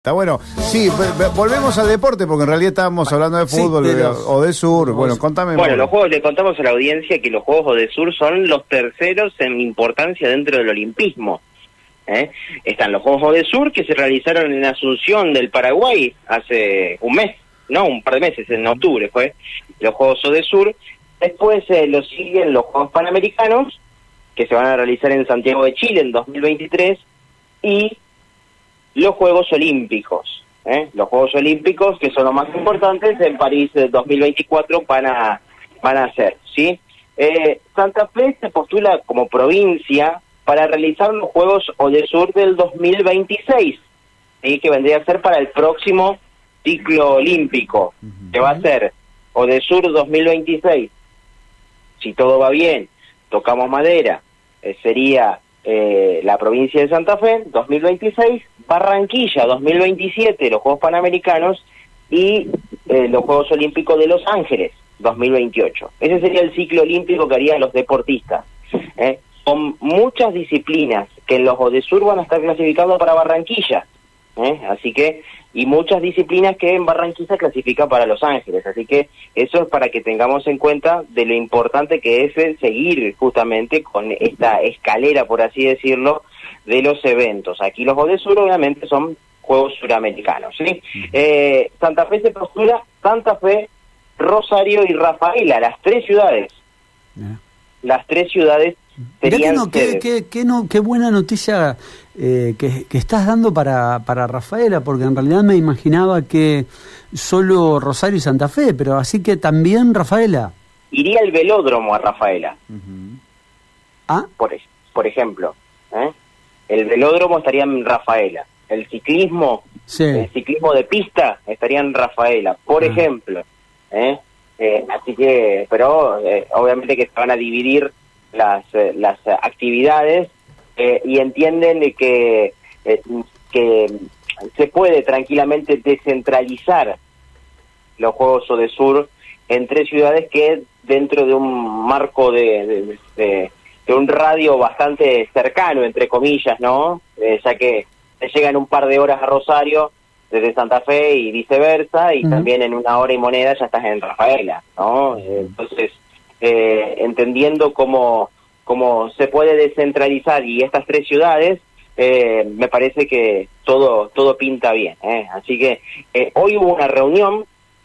Está bueno. Sí, volvemos al deporte porque en realidad estábamos hablando de fútbol, sí, Odesur. Bueno, contame. Bueno, los juegos, le contamos a la audiencia que los Juegos Odesur son los terceros en importancia dentro del olimpismo. Están los Juegos Odesur que se realizaron en Asunción del Paraguay hace un par de meses, en octubre fue, los Juegos Odesur. Después los siguen los Juegos Panamericanos, que se van a realizar en Santiago de Chile en 2023, y los Juegos Olímpicos, los Juegos Olímpicos, que son los más importantes, en París 2024 van a ser, ¿sí? Santa Fe se postula como provincia para realizar los Juegos Odesur del 2026, ¿sí? Que vendría a ser para el próximo ciclo olímpico, que va a ser Odesur 2026. Si todo va bien, tocamos madera, sería la provincia de Santa Fe 2026, Barranquilla 2027, los Juegos Panamericanos, y los Juegos Olímpicos de Los Ángeles 2028. Ese sería el ciclo olímpico que harían los deportistas. Con muchas disciplinas que en los Odesur van a estar clasificados para Barranquilla, así que, y muchas disciplinas que en Barranquilla clasifican para Los Ángeles, así que eso es para que tengamos en cuenta de lo importante que es seguir justamente con esta escalera, por así decirlo, de los eventos. Aquí los Odesur obviamente son Juegos Suramericanos, ¿sí? Santa Fe se postula, Santa Fe, Rosario y Rafaela, las tres ciudades. Las tres ciudades serían qué buena noticia que estás dando para Rafaela, porque en realidad me imaginaba que solo Rosario y Santa Fe, pero así que también Rafaela. Iría el velódromo a Rafaela. ¿Ah? Por ejemplo, el velódromo estaría en Rafaela. El ciclismo, sí. El ciclismo de pista estaría en Rafaela, por ejemplo. Así que, pero obviamente que se van a dividir las actividades y entienden que se puede tranquilamente descentralizar los Juegos Odesur en tres ciudades que dentro de un marco de un radio bastante cercano, entre comillas, ¿no? Ya que se llegan un par de horas a Rosario desde Santa Fe y viceversa, y también en una hora y moneda ya estás en Rafaela, ¿no? Entonces, entendiendo cómo se puede descentralizar y estas tres ciudades, me parece que todo pinta bien, así que hoy hubo una reunión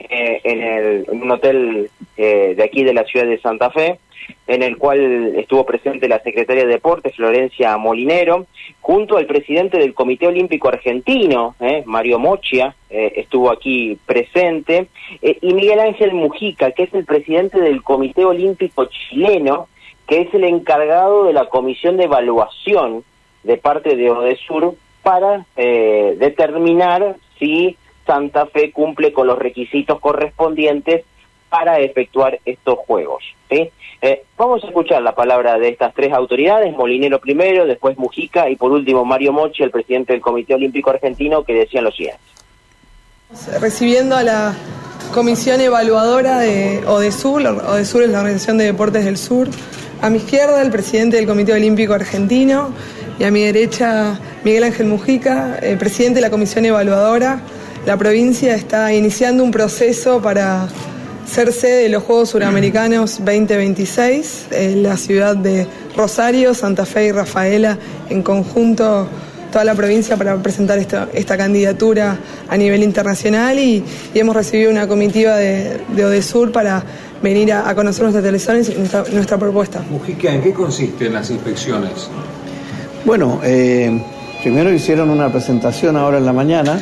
en un hotel de aquí de la ciudad de Santa Fe, en el cual estuvo presente la secretaria de Deportes, Florencia Molinero, junto al presidente del Comité Olímpico Argentino, Mario Mochia, estuvo aquí presente, y Miguel Ángel Mujica, que es el presidente del Comité Olímpico Chileno, que es el encargado de la comisión de evaluación de parte de Odesur para determinar si Santa Fe cumple con los requisitos correspondientes para efectuar estos juegos, ¿sí? Vamos a escuchar la palabra de estas tres autoridades, Molinero primero, después Mujica y por último Mario Mochi, el presidente del Comité Olímpico Argentino, que decían lo siguiente. Recibiendo a la comisión evaluadora de Odesur, Odesur es la Organización de Deportes del Sur, a mi izquierda el presidente del Comité Olímpico Argentino y a mi derecha Miguel Ángel Mujica, presidente de la comisión evaluadora. La provincia está iniciando un proceso para ser sede de los Juegos Suramericanos 2026, en la ciudad de Rosario, Santa Fe y Rafaela, en conjunto toda la provincia para presentar esta candidatura a nivel internacional y hemos recibido una comitiva de Odesur para venir a conocer nuestras televisiones y nuestra propuesta. Mujica, ¿en qué consisten las inspecciones? Bueno, primero hicieron una presentación ahora en la mañana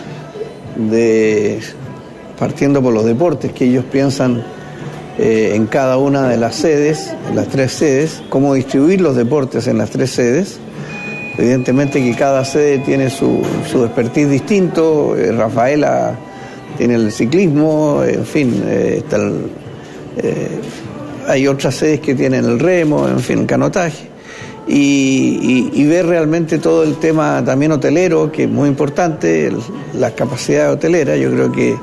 partiendo por los deportes que ellos piensan en cada una de las sedes, en las tres sedes, cómo distribuir los deportes en las tres sedes. Evidentemente que cada sede tiene su expertise distinto. Rafaela tiene el ciclismo, en fin, hay otras sedes que tienen el remo, en fin, el canotaje. Y ver realmente todo el tema también hotelero, que es muy importante, las capacidades hoteleras. Yo creo que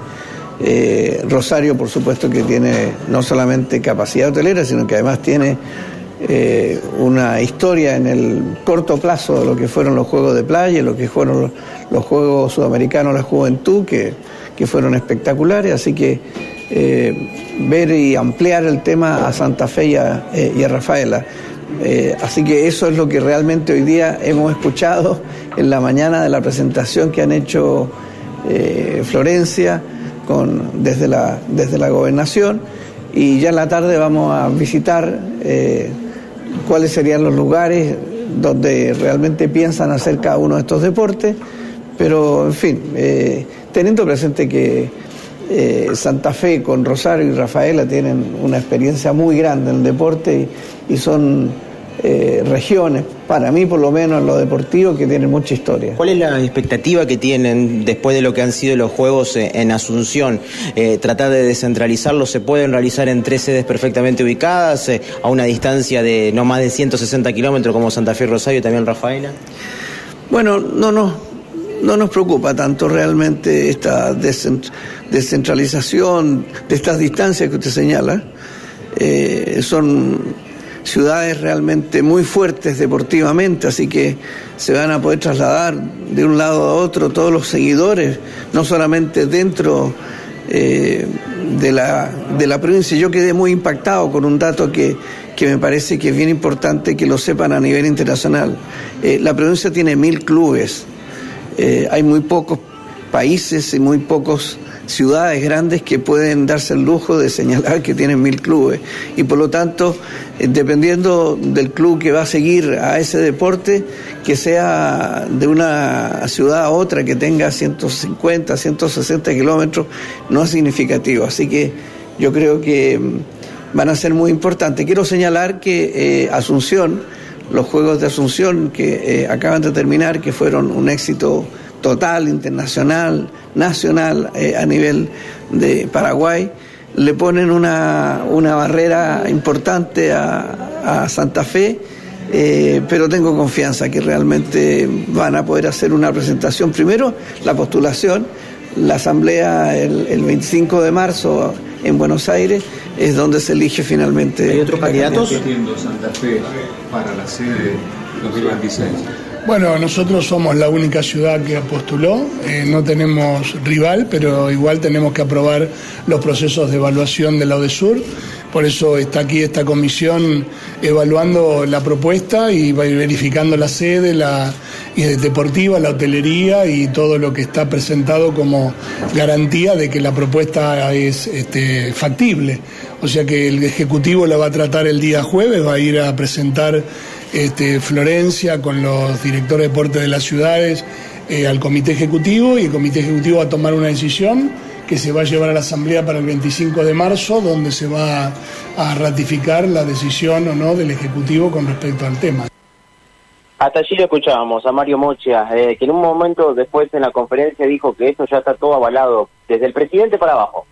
Rosario, por supuesto, que tiene no solamente capacidad hotelera, sino que además tiene una historia en el corto plazo de lo que fueron los Juegos de Playa, lo que fueron los Juegos Sudamericanos de la Juventud, que fueron espectaculares, así que ver y ampliar el tema a Santa Fe y a Rafaela. Así que eso es lo que realmente hoy día hemos escuchado en la mañana de la presentación que han hecho Florencia desde la gobernación, y ya en la tarde vamos a visitar cuáles serían los lugares donde realmente piensan hacer cada uno de estos deportes, pero en fin, teniendo presente que Santa Fe con Rosario y Rafaela tienen una experiencia muy grande en el deporte y son regiones, para mí por lo menos en lo deportivo, que tienen mucha historia. ¿Cuál es la expectativa que tienen después de lo que han sido los Juegos en Asunción? ¿Tratar de descentralizarlos? ¿Se pueden realizar en 3 sedes perfectamente ubicadas, a una distancia de no más de 160 kilómetros como Santa Fe y Rosario y también Rafaela? Bueno, no nos preocupa tanto realmente esta descentralización de estas distancias que usted señala. Son ciudades realmente muy fuertes deportivamente, así que se van a poder trasladar de un lado a otro todos los seguidores, no solamente dentro de la provincia. Yo quedé muy impactado con un dato que me parece que es bien importante que lo sepan a nivel internacional. La provincia tiene 1000 clubes. Hay muy pocos países y muy pocos ciudades grandes que pueden darse el lujo de señalar que tienen 1000 clubes, y por lo tanto, dependiendo del club que va a seguir a ese deporte, que sea de una ciudad a otra que tenga 150, 160 kilómetros, no es significativo, así que yo creo que van a ser muy importantes. Quiero señalar que Asunción, los Juegos de Asunción que acaban de terminar, que fueron un éxito total, internacional, nacional, a nivel de Paraguay, le ponen una barrera importante a Santa Fe, pero tengo confianza que realmente van a poder hacer una presentación. Primero, la postulación, la asamblea el 25 de marzo en Buenos Aires es donde se elige finalmente. ¿Hay otros candidatos? ¿Qué está haciendo Santa Fe para la sede 2026? Bueno, nosotros somos la única ciudad que postuló, no tenemos rival, pero igual tenemos que aprobar los procesos de evaluación de la UDESUR, por eso está aquí esta comisión evaluando la propuesta y verificando la sede, la deportiva, la hotelería y todo lo que está presentado como garantía de que la propuesta es factible. O sea que el Ejecutivo la va a tratar el día jueves, va a ir a presentar Florencia con los directores de deporte de las ciudades al Comité Ejecutivo, y el Comité Ejecutivo va a tomar una decisión que se va a llevar a la Asamblea para el 25 de marzo, donde se va a ratificar la decisión o no del Ejecutivo con respecto al tema. Hasta allí lo escuchábamos a Mario Mocha, que en un momento después en la conferencia dijo que esto ya está todo avalado desde el presidente para abajo.